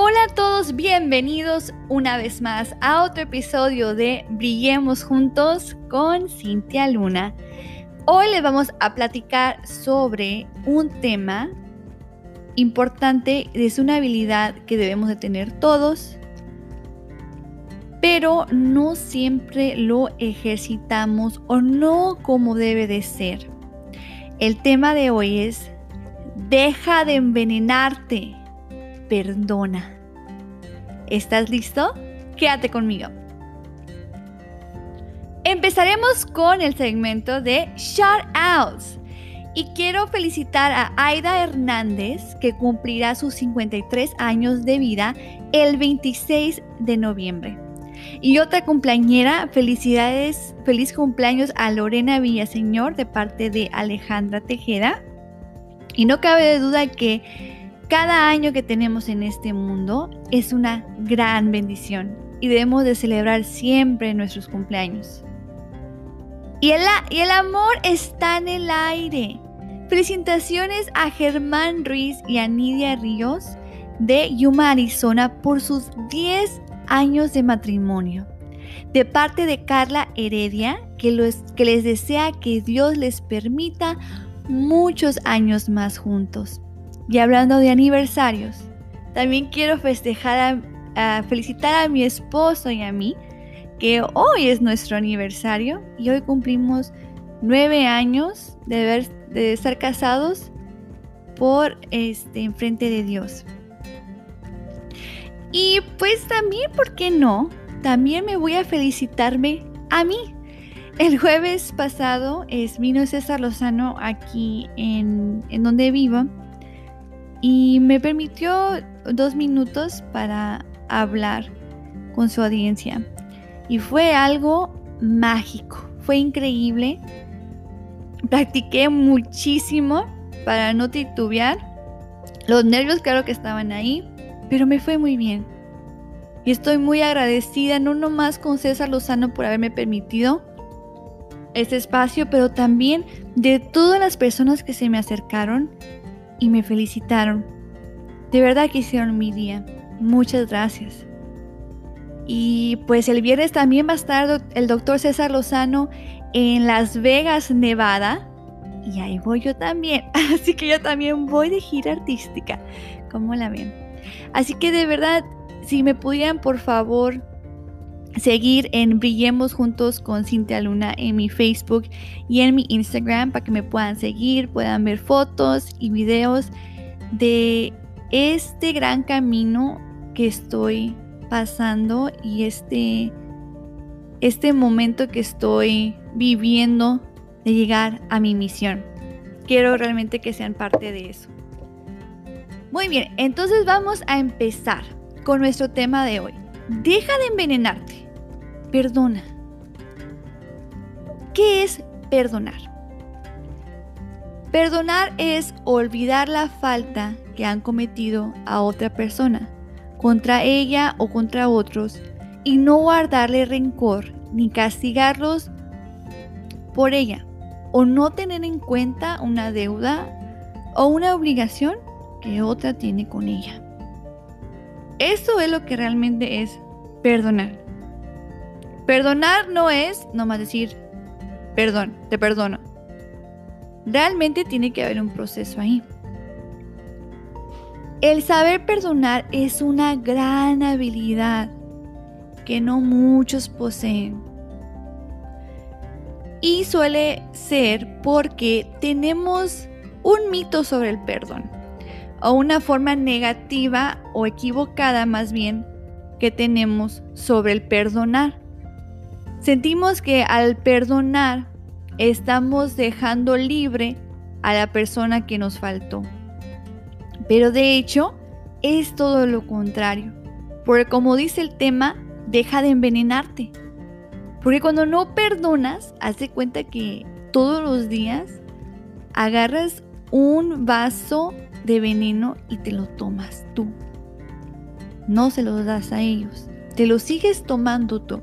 Hola a todos, bienvenidos una vez más a otro episodio de Brillemos Juntos con Cintia Luna. Hoy les vamos a platicar sobre un tema importante, es una habilidad que debemos de tener todos, pero no siempre lo ejercitamos o no como debe de ser. El tema de hoy es: deja de envenenarte. Perdona. ¿Estás listo? Quédate conmigo. Empezaremos con el segmento de Shout Outs. Y quiero felicitar a Aida Hernández, que cumplirá sus 53 años de vida el 26 de noviembre. Y otra cumpleañera, felicidades, feliz cumpleaños a Lorena Villaseñor de parte de Alejandra Tejeda. Y no cabe de duda que cada año que tenemos en este mundo es una gran bendición y debemos de celebrar siempre nuestros cumpleaños. Y el amor está en el aire. Felicitaciones a Germán Ruiz y a Nidia Ríos de Yuma, Arizona, por sus 10 años de matrimonio. De parte de Carla Heredia, que les desea que Dios les permita muchos años más juntos. Y hablando de aniversarios, también quiero felicitar a mi esposo y a mí, que hoy es nuestro aniversario y hoy cumplimos 9 años de estar casados en frente de Dios. Y pues también, ¿por qué no? También me voy a felicitarme a mí. El jueves pasado vino César Lozano aquí en donde vivo y me permitió 2 minutos para hablar con su audiencia. Y fue algo mágico, fue increíble. Practiqué muchísimo para no titubear. Los nervios claro que estaban ahí, pero me fue muy bien. Y estoy muy agradecida, no nomás con César Lozano por haberme permitido este espacio, pero también de todas las personas que se me acercaron y me felicitaron. De verdad que hicieron mi día. Muchas gracias. Y pues el viernes también va a estar el doctor César Lozano en Las Vegas, Nevada. Y ahí voy yo también. Así que yo también voy de gira artística. ¿Cómo la ven? Así que de verdad, si me pudieran por favor seguir en Brillemos Juntos con Cintia Luna en mi Facebook y en mi Instagram para que me puedan seguir, puedan ver fotos y videos de este gran camino que estoy pasando y este momento que estoy viviendo de llegar a mi misión. Quiero realmente que sean parte de eso. Muy bien, entonces vamos a empezar con nuestro tema de hoy. Deja de envenenarte. Perdona. ¿Qué es perdonar? Perdonar es olvidar la falta que han cometido a otra persona, contra ella o contra otros, y no guardarle rencor ni castigarlos por ella, o no tener en cuenta una deuda o una obligación que otra tiene con ella. Eso es lo que realmente es perdonar. Perdonar no es nomás decir, perdón, te perdono. Realmente tiene que haber un proceso ahí. El saber perdonar es una gran habilidad que no muchos poseen. Y suele ser porque tenemos un mito sobre el perdón, o una forma negativa o equivocada más bien que tenemos sobre el perdonar. Sentimos que al perdonar estamos dejando libre a la persona que nos faltó. Pero de hecho es todo lo contrario. Porque como dice el tema, deja de envenenarte. Porque cuando no perdonas, haz de cuenta que todos los días agarras un vaso de veneno y te lo tomas tú. No se lo das a ellos. Te lo sigues tomando tú.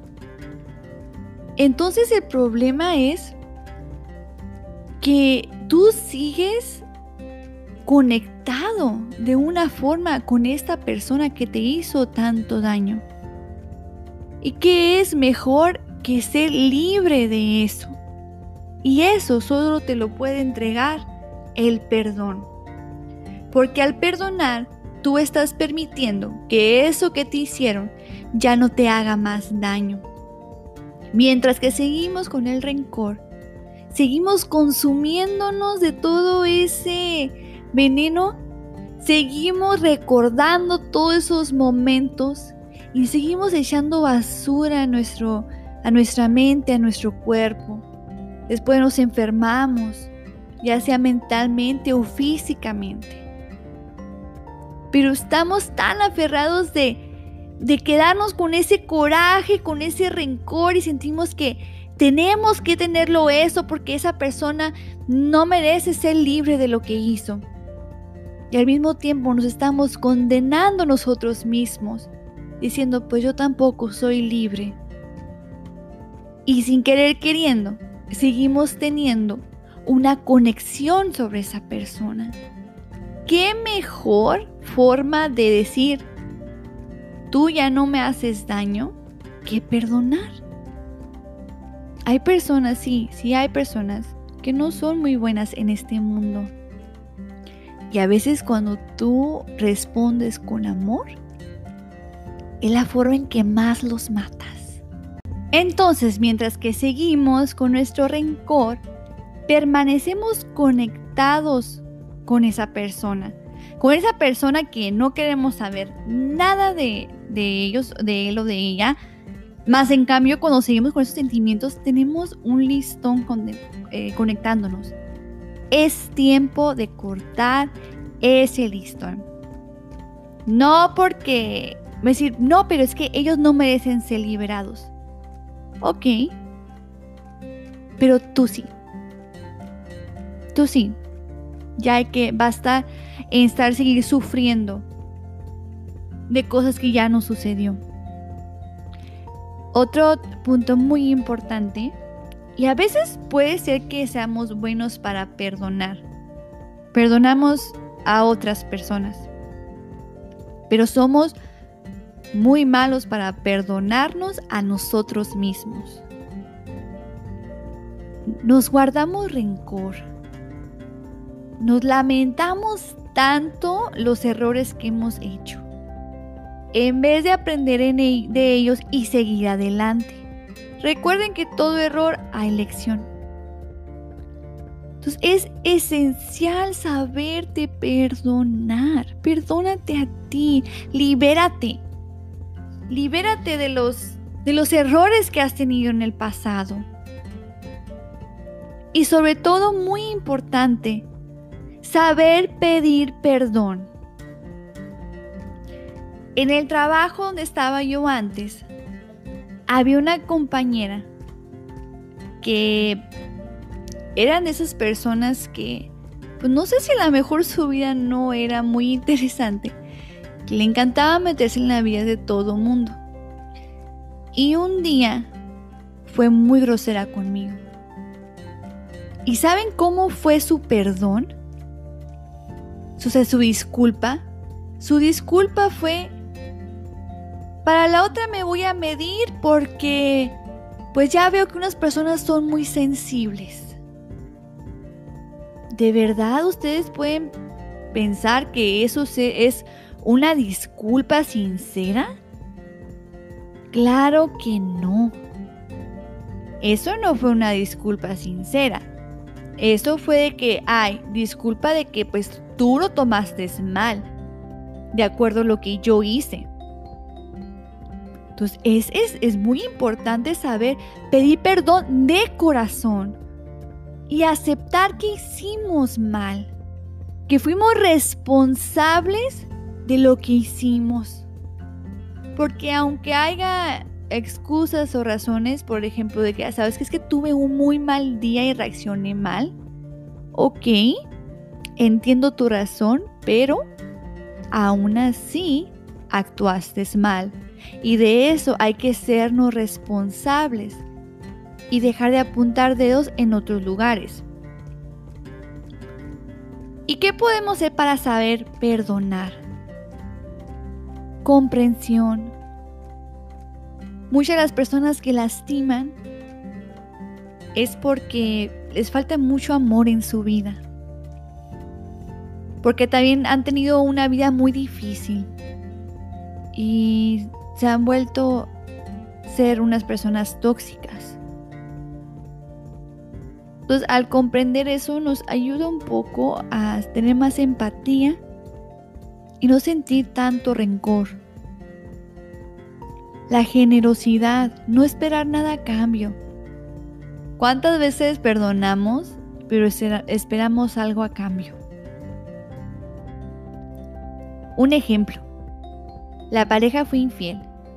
Entonces el problema es que tú sigues conectado de una forma con esta persona que te hizo tanto daño. ¿Y qué es mejor que ser libre de eso? Y eso solo te lo puede entregar el perdón. Porque al perdonar, tú estás permitiendo que eso que te hicieron ya no te haga más daño. Mientras que seguimos con el rencor, seguimos consumiéndonos de todo ese veneno, seguimos recordando todos esos momentos y seguimos echando basura a nuestra mente, a nuestro cuerpo. Después nos enfermamos, ya sea mentalmente o físicamente. Pero estamos tan aferrados de quedarnos con ese coraje, con ese rencor y sentimos que tenemos que tenerlo eso porque esa persona no merece ser libre de lo que hizo. Y al mismo tiempo nos estamos condenando nosotros mismos, diciendo pues yo tampoco soy libre. Y sin querer queriendo, seguimos teniendo una conexión sobre esa persona. ¿Qué mejor forma de decir tú ya no me haces daño que perdonar? Hay personas, sí hay personas que no son muy buenas en este mundo. Y a veces cuando tú respondes con amor, es la forma en que más los matas. Entonces, mientras que seguimos con nuestro rencor, permanecemos conectados con esa persona que no queremos saber nada de ellos, de él o de ella. Más en cambio, cuando seguimos con esos sentimientos, tenemos un listón conectándonos. Es tiempo de cortar ese listón. No porque decir, no, pero es que ellos no merecen ser liberados. Ok, pero tú sí. Tú sí. Ya que basta en seguir sufriendo de cosas que ya no sucedió. Otro punto muy importante, y a veces puede ser que seamos buenos para perdonar. Perdonamos a otras personas, pero somos muy malos para perdonarnos a nosotros mismos. Nos guardamos rencor. Nos lamentamos tanto los errores que hemos hecho, en vez de aprender de ellos y seguir adelante. Recuerden que todo error hay lección. Entonces es esencial saberte perdonar. Perdónate a ti, libérate. Libérate de los errores que has tenido en el pasado. Y sobre todo, muy importante, saber pedir perdón. En el trabajo donde estaba yo antes, había una compañera que eran de esas personas que, pues no sé si a lo mejor su vida no era muy interesante, que le encantaba meterse en la vida de todo mundo. Y un día fue muy grosera conmigo. ¿Y saben cómo fue su perdón? O sea, su disculpa. Su disculpa fue: para la otra me voy a medir porque pues ya veo que unas personas son muy sensibles. ¿De verdad ustedes pueden pensar que eso es una disculpa sincera? Claro que no. Eso no fue una disculpa sincera. Eso fue de que, disculpa de que pues tú lo tomaste mal, de acuerdo a lo que yo hice. Entonces es muy importante saber pedir perdón de corazón y aceptar que hicimos mal, que fuimos responsables de lo que hicimos. Porque aunque haya excusas o razones, por ejemplo, de que sabes que es que tuve un muy mal día y reaccioné mal, ok, entiendo tu razón, pero aún así actuaste mal. Y de eso hay que sernos responsables y dejar de apuntar dedos en otros lugares. ¿Y qué podemos hacer para saber perdonar? Comprensión. Muchas de las personas que lastiman es porque les falta mucho amor en su vida. Porque también han tenido una vida muy difícil y se han vuelto ser unas personas tóxicas. Entonces, al comprender eso, nos ayuda un poco a tener más empatía y no sentir tanto rencor. La generosidad, no esperar nada a cambio. ¿Cuántas veces perdonamos, pero esperamos algo a cambio? Un ejemplo, la pareja fue infiel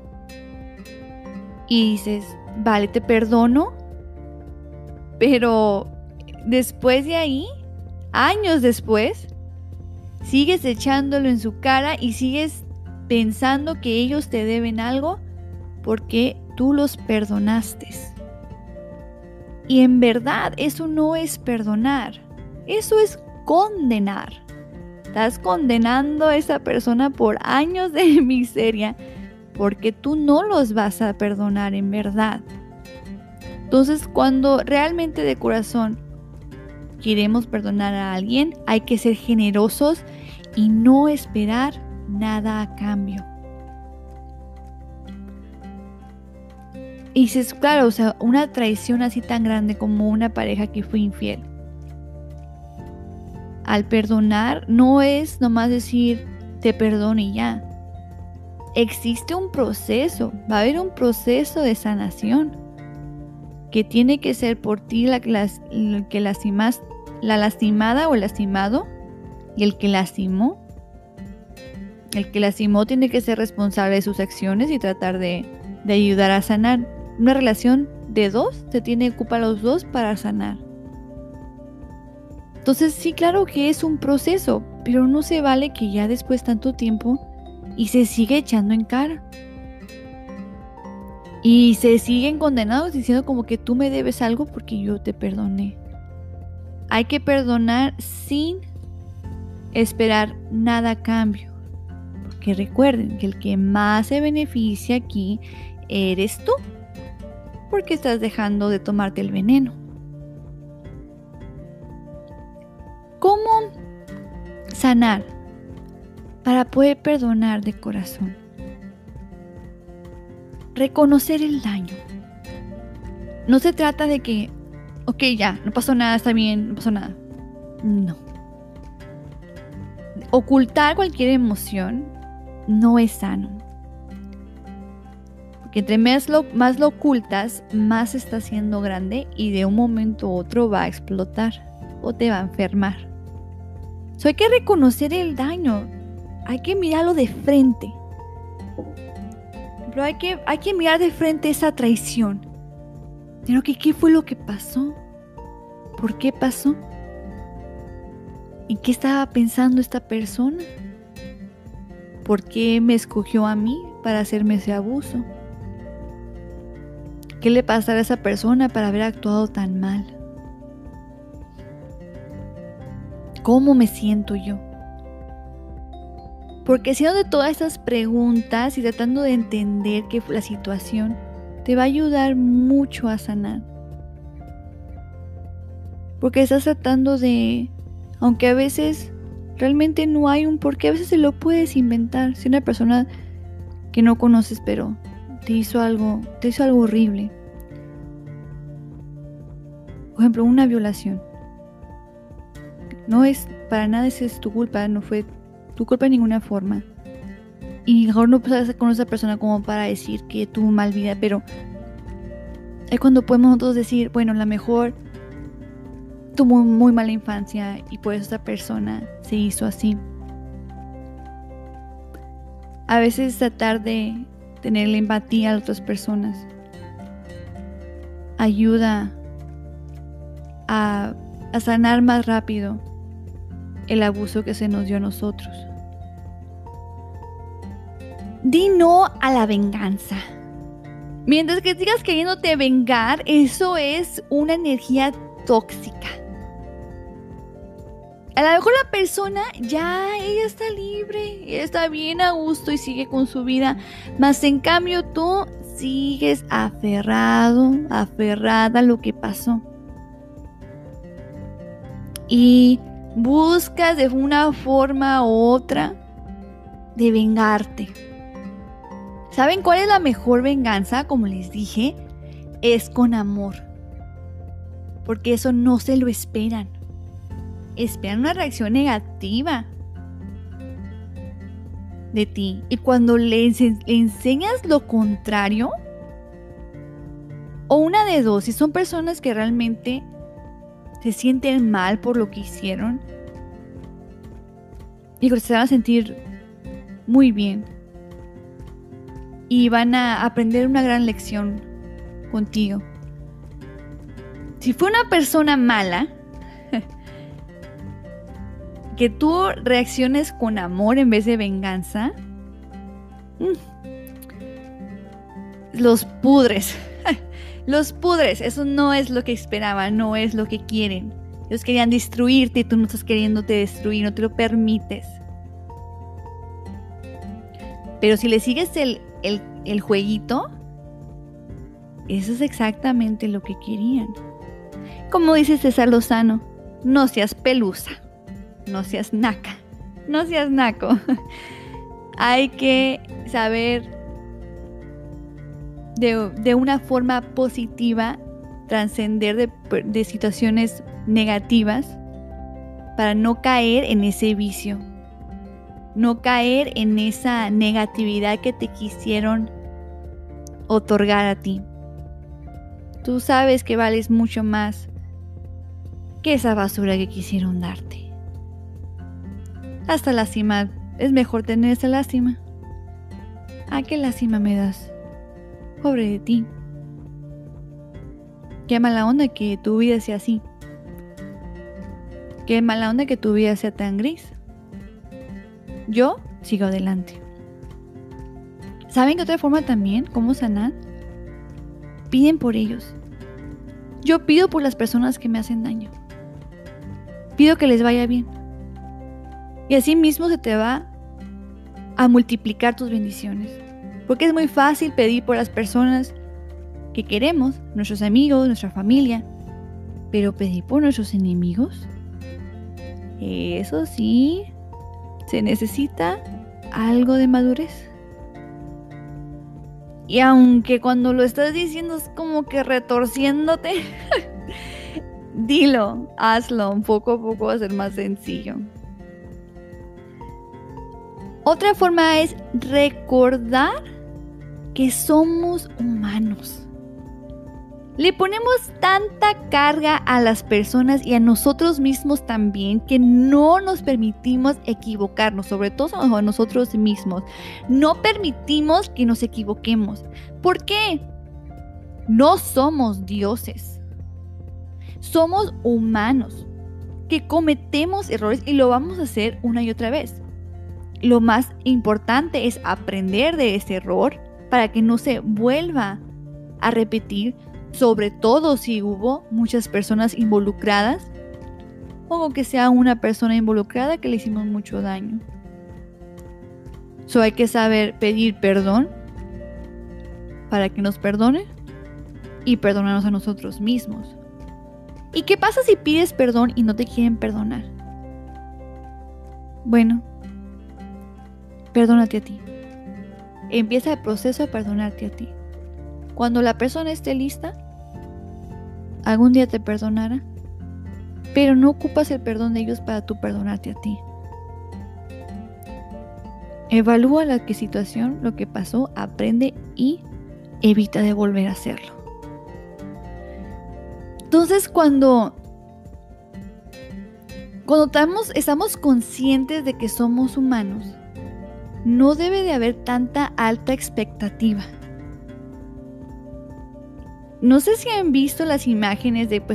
y dices, vale, te perdono, pero después de ahí, años después, sigues echándolo en su cara y sigues pensando que ellos te deben algo porque tú los perdonaste. Y en verdad eso no es perdonar, eso es condenar. Estás condenando a esa persona por años de miseria porque tú no los vas a perdonar en verdad. Entonces, cuando realmente de corazón queremos perdonar a alguien, hay que ser generosos y no esperar nada a cambio. Y dices, claro, o sea, una traición así tan grande como una pareja que fue infiel. Al perdonar no es nomás decir te perdono y ya. Existe un proceso, va a haber un proceso de sanación que tiene que ser por ti la lastimada o el lastimado, y el que lastimó. El que lastimó tiene que ser responsable de sus acciones y tratar de ayudar a sanar. Una relación de dos, se tiene que ocupar los dos para sanar. Entonces sí, claro que es un proceso, pero no se vale que ya después de tanto tiempo y se sigue echando en cara. Y se siguen condenados diciendo como que tú me debes algo porque yo te perdoné. Hay que perdonar sin esperar nada a cambio. Porque recuerden que el que más se beneficia aquí eres tú. Porque estás dejando de tomarte el veneno. ¿Cómo sanar para poder perdonar de corazón? Reconocer el daño. No se trata de que, ok, ya, no pasó nada, está bien, no pasó nada. No. Ocultar cualquier emoción no es sano. Porque entre más lo ocultas, más se está haciendo grande y de un momento a otro va a explotar o te va a enfermar. So, hay que reconocer el daño, hay que mirarlo de frente. Pero hay que mirar de frente esa traición. Pero ¿qué fue lo que pasó? ¿Por qué pasó? ¿En qué estaba pensando esta persona? ¿Por qué me escogió a mí para hacerme ese abuso? ¿Qué le pasará a esa persona para haber actuado tan mal? ¿Cómo me siento yo? Porque haciendo de todas estas preguntas y tratando de entender qué fue la situación, te va a ayudar mucho a sanar. Porque estás tratando de, aunque a veces realmente no hay un porqué, a veces se lo puedes inventar. Si una persona que no conoces pero te hizo algo horrible. Por ejemplo, una violación. No es para nada, esa es tu culpa, no fue tu culpa de ninguna forma. Y mejor no pasas con esa persona como para decir que tuvo mal vida, pero es cuando podemos nosotros decir, bueno, a lo mejor tuvo muy mala infancia y por eso esa persona se hizo así. A veces tratar de tener la empatía a otras personas ayuda a sanar más rápido el abuso que se nos dio a nosotros. Di no a la venganza. Mientras que sigas queriéndote vengar, eso es una energía tóxica. A lo mejor la persona ya, ella está libre, ella está bien a gusto y sigue con su vida, mas en cambio tú sigues aferrada a lo que pasó. Y buscas de una forma u otra de vengarte. ¿Saben cuál es la mejor venganza? Como les dije, es con amor. Porque eso no se lo esperan. Esperan una reacción negativa de ti. Y cuando le enseñas lo contrario, o una de dos, si son personas que realmente se sienten mal por lo que hicieron, híjole, se van a sentir muy bien y van a aprender una gran lección contigo. Si fue una persona mala, que tú reacciones con amor en vez de venganza, los pudres. Los pudres. Eso no es lo que esperaban, no es lo que quieren. Ellos querían destruirte y tú no estás queriéndote destruir, no te lo permites. Pero si le sigues el jueguito, eso es exactamente lo que querían. Como dice César Lozano, no seas pelusa, no seas naca, no seas naco. Hay que saber de una forma positiva trascender de situaciones negativas para no caer en ese vicio, no caer en esa negatividad que te quisieron otorgar a ti. Tú sabes que vales mucho más que esa basura que quisieron darte. Hasta lástima, es mejor tener esa lástima. ¿A qué lástima me das? Pobre de ti. Qué mala onda que tu vida sea así. Qué mala onda que tu vida sea tan gris. Yo sigo adelante. ¿Saben qué otra forma también? ¿Cómo sanar? Piden por ellos. Yo pido por las personas que me hacen daño. Pido que les vaya bien. Y así mismo se te va a multiplicar tus bendiciones. Porque es muy fácil pedir por las personas que queremos, nuestros amigos, nuestra familia. Pero pedir por nuestros enemigos, eso sí, se necesita algo de madurez. Y aunque cuando lo estás diciendo es como que retorciéndote, dilo, hazlo, poco a poco va a ser más sencillo. Otra forma es recordar que somos humanos. Le ponemos tanta carga a las personas y a nosotros mismos también que no nos permitimos equivocarnos, sobre todo a nosotros mismos. No permitimos que nos equivoquemos. ¿Por qué? No somos dioses. Somos humanos que cometemos errores y lo vamos a hacer una y otra vez. Lo más importante es aprender de ese error para que no se vuelva a repetir, sobre todo si hubo muchas personas involucradas o que sea una persona involucrada que le hicimos mucho daño. Hay que saber pedir perdón para que nos perdone y perdonarnos a nosotros mismos. ¿Y qué pasa si pides perdón y no te quieren perdonar? Bueno, perdónate a ti. Empieza el proceso a perdonarte a ti. Cuando la persona esté lista, algún día te perdonará, pero no ocupas el perdón de ellos para tú perdonarte a ti. Evalúa la situación, lo que pasó, aprende y evita de volver a hacerlo. Entonces, cuando estamos conscientes de que somos humanos, no debe de haber tanta alta expectativa. No sé si han visto las imágenes de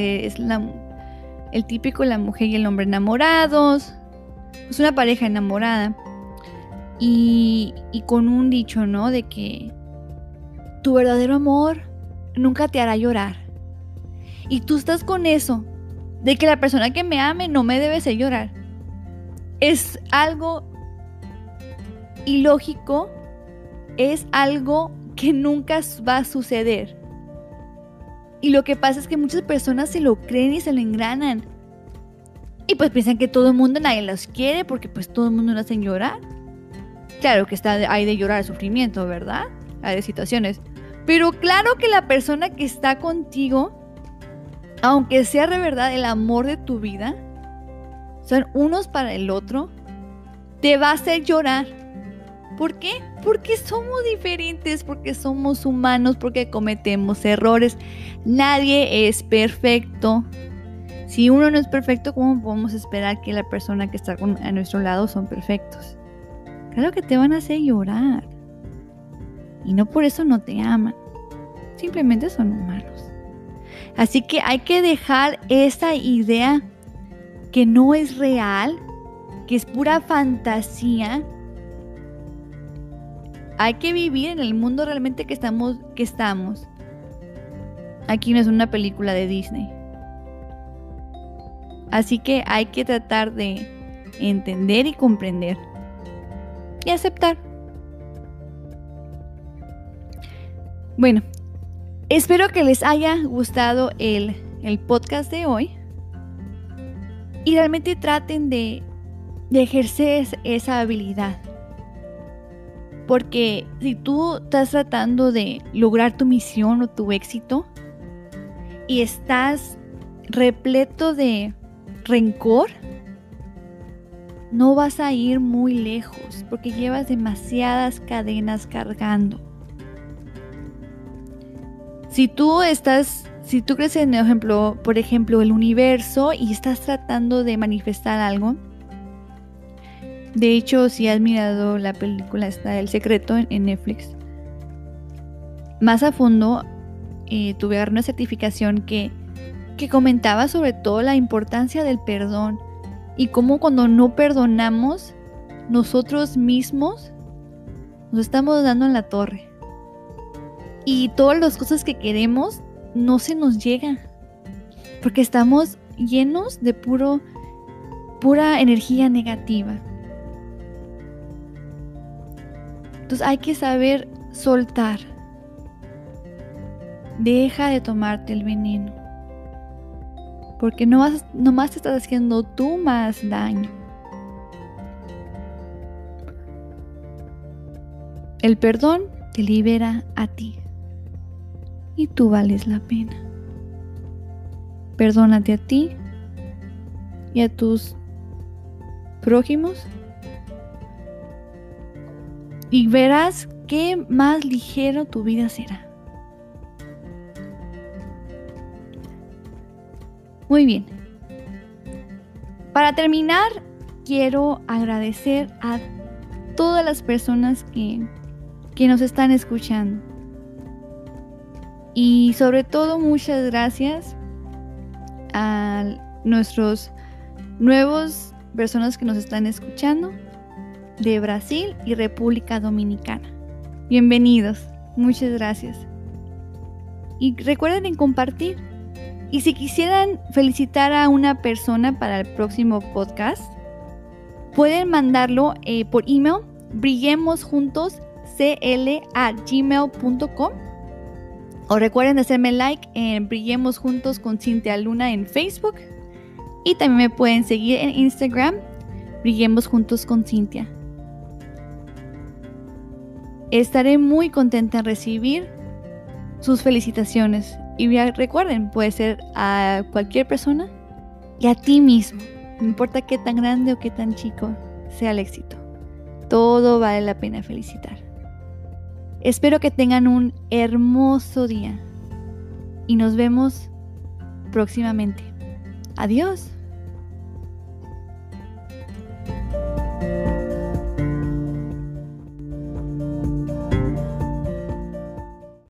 el típico la mujer y el hombre enamorados. Es una pareja enamorada. Y con un dicho, ¿no? De que tu verdadero amor nunca te hará llorar. Y tú estás con eso. de que la persona que me ame no me debe hacer llorar. Es algo ilógico, es algo que nunca va a suceder. Y lo que pasa es que muchas personas se lo creen y se lo engranan. Y pues piensan que todo el mundo, nadie los quiere porque pues todo el mundo lo hacen llorar. Claro que hay de llorar sufrimiento, ¿verdad? Hay de situaciones. Pero claro que la persona que está contigo, aunque sea de verdad el amor de tu vida, son unos para el otro, te va a hacer llorar. ¿Por qué? Porque somos diferentes, porque somos humanos, porque cometemos errores. Nadie es perfecto. Si uno no es perfecto, ¿cómo podemos esperar que la persona que está a nuestro lado son perfectos? Claro que te van a hacer llorar. Y no por eso no te aman. Simplemente son humanos. Así que hay que dejar esa idea que no es real, que es pura fantasía. Hay que vivir en el mundo realmente que estamos. Aquí no es una película de Disney. Así que hay que tratar de entender y comprender. Y aceptar. Bueno, espero que les haya gustado el podcast de hoy. Y realmente traten de ejercer esa habilidad. Porque si tú estás tratando de lograr tu misión o tu éxito y estás repleto de rencor, no vas a ir muy lejos porque llevas demasiadas cadenas cargando. Si tú crees en, por ejemplo, el universo y estás tratando de manifestar algo. De hecho, si has mirado la película El Secreto en Netflix, más a fondo tuve que agarrar una certificación que comentaba sobre todo la importancia del perdón y cómo cuando no perdonamos nosotros mismos nos estamos dando en la torre y todas las cosas que queremos no se nos llega porque estamos llenos de pura energía negativa. Entonces hay que saber soltar. Deja de tomarte el veneno. Porque nomás te estás haciendo tú más daño. El perdón te libera a ti. Y tú vales la pena. Perdónate a ti y a tus prójimos. Y verás qué más ligero tu vida será. Muy bien. Para terminar, quiero agradecer a todas las personas que nos están escuchando. Y sobre todo, muchas gracias a nuestros nuevos personas que nos están escuchando de Brasil y República Dominicana. Bienvenidos, muchas gracias. Y recuerden en compartir. Y si quisieran felicitar a una persona para el próximo podcast, pueden mandarlo por email, brillemosjuntos@gmail.com, o recuerden hacerme like en Brillemos Juntos con Cintia Luna en Facebook, y también me pueden seguir en Instagram, Brillemos Juntos con Cintia. Estaré muy contenta en recibir sus felicitaciones. Y recuerden, puede ser a cualquier persona y a ti mismo. No importa qué tan grande o qué tan chico sea el éxito. Todo vale la pena felicitar. Espero que tengan un hermoso día. Y nos vemos próximamente. Adiós.